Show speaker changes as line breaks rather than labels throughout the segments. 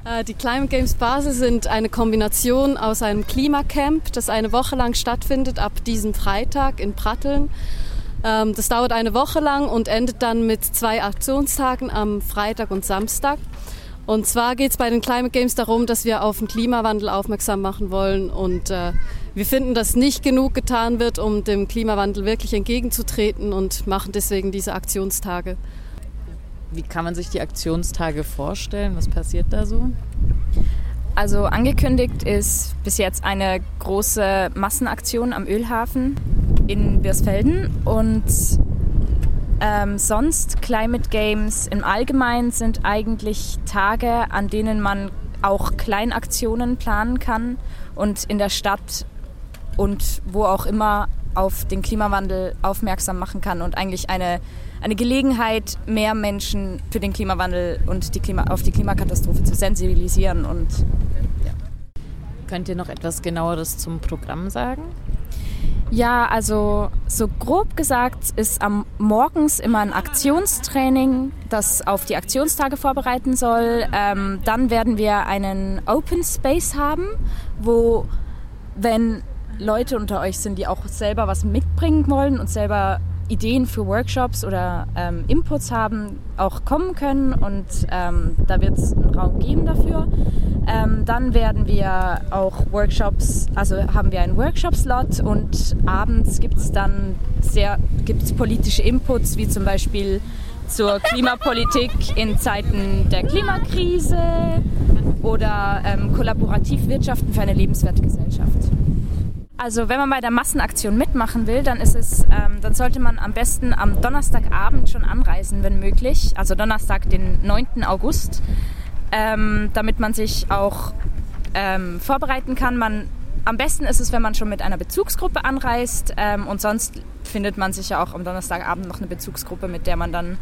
Die Climate Games Basel sind eine Kombination aus einem Klimacamp, das eine Woche lang stattfindet ab diesem Freitag in Pratteln. Das dauert eine Woche lang und endet dann mit 2 Aktionstagen am Freitag und Samstag. Und zwar geht es bei den Climate Games darum, dass wir auf den Klimawandel aufmerksam machen wollen. Und wir finden, dass nicht genug getan wird, um dem Klimawandel wirklich entgegenzutreten und machen deswegen diese Aktionstage.
Wie kann man sich die Aktionstage vorstellen? Was passiert da so?
Also angekündigt ist bis jetzt eine große Massenaktion am Ölhafen in Birsfelden und sonst Climate Games im Allgemeinen sind eigentlich Tage, an denen man auch Kleinaktionen planen kann und in der Stadt und wo auch immer auf den Klimawandel aufmerksam machen kann und eigentlich eine Gelegenheit, mehr Menschen für den Klimawandel und auf die Klimakatastrophe zu sensibilisieren. Und ja.
Könnt ihr noch etwas Genaueres zum Programm sagen?
Ja, also so grob gesagt ist am morgens immer ein Aktionstraining, das auf die Aktionstage vorbereiten soll. Dann werden wir einen Open Space haben, wo, wenn Leute unter euch sind, die auch selber was mitbringen wollen und selber Ideen für Workshops oder Inputs haben, auch kommen können und da wird es einen Raum geben dafür. Dann werden wir auch Workshops, also haben wir einen Workshop-Slot und abends gibt's politische Inputs, wie zum Beispiel zur Klimapolitik in Zeiten der Klimakrise oder kollaborativ wirtschaften für eine lebenswerte Gesellschaft. Also wenn man bei der Massenaktion mitmachen will, dann dann sollte man am besten am Donnerstagabend schon anreisen, wenn möglich. Also Donnerstag, den 9. August, damit man sich auch vorbereiten kann. Am besten ist es, wenn man schon mit einer Bezugsgruppe anreist und sonst findet man sich ja auch am Donnerstagabend noch eine Bezugsgruppe, mit der man dann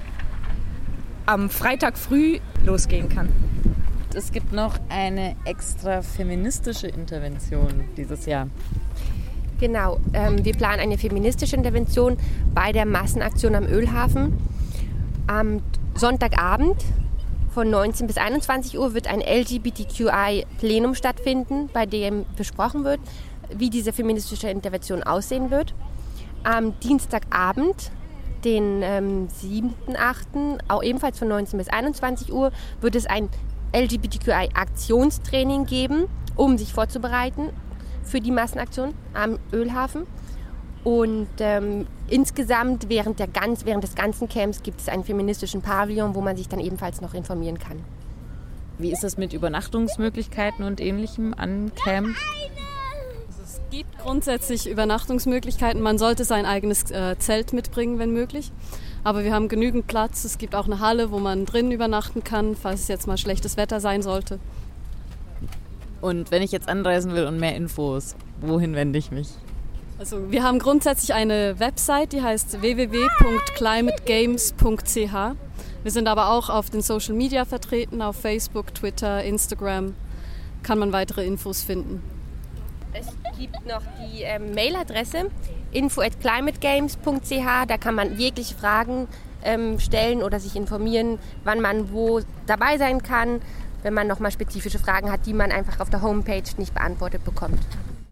am Freitag früh losgehen kann.
Es gibt noch eine extra feministische Intervention dieses Jahr.
Genau, wir planen eine feministische Intervention bei der Massenaktion am Ölhafen. Am Sonntagabend von 19 bis 21 Uhr wird ein LGBTQI-Plenum stattfinden, bei dem besprochen wird, wie diese feministische Intervention aussehen wird. Am Dienstagabend, den 7.8., auch ebenfalls von 19 bis 21 Uhr, wird es ein LGBTQI-Aktionstraining geben, um sich vorzubereiten für die Massenaktion am Ölhafen. Und insgesamt während des ganzen Camps gibt es einen feministischen Pavillon, wo man sich dann ebenfalls noch informieren kann.
Wie ist das mit Übernachtungsmöglichkeiten und Ähnlichem an Camp?
Also es gibt grundsätzlich Übernachtungsmöglichkeiten. Man sollte sein eigenes Zelt mitbringen, wenn möglich. Aber wir haben genügend Platz. Es gibt auch eine Halle, wo man drinnen übernachten kann, falls es jetzt mal schlechtes Wetter sein sollte.
Und wenn ich jetzt anreisen will und mehr Infos, wohin wende ich mich?
Also wir haben grundsätzlich eine Website, die heißt www.climategames.ch. Wir sind aber auch auf den Social Media vertreten, auf Facebook, Twitter, Instagram. Kann man weitere Infos finden.
Es gibt noch die Mailadresse info@climategames.ch. Da kann man jegliche Fragen stellen oder sich informieren, wann man wo dabei sein kann, wenn man nochmal spezifische Fragen hat, die man einfach auf der Homepage nicht beantwortet bekommt.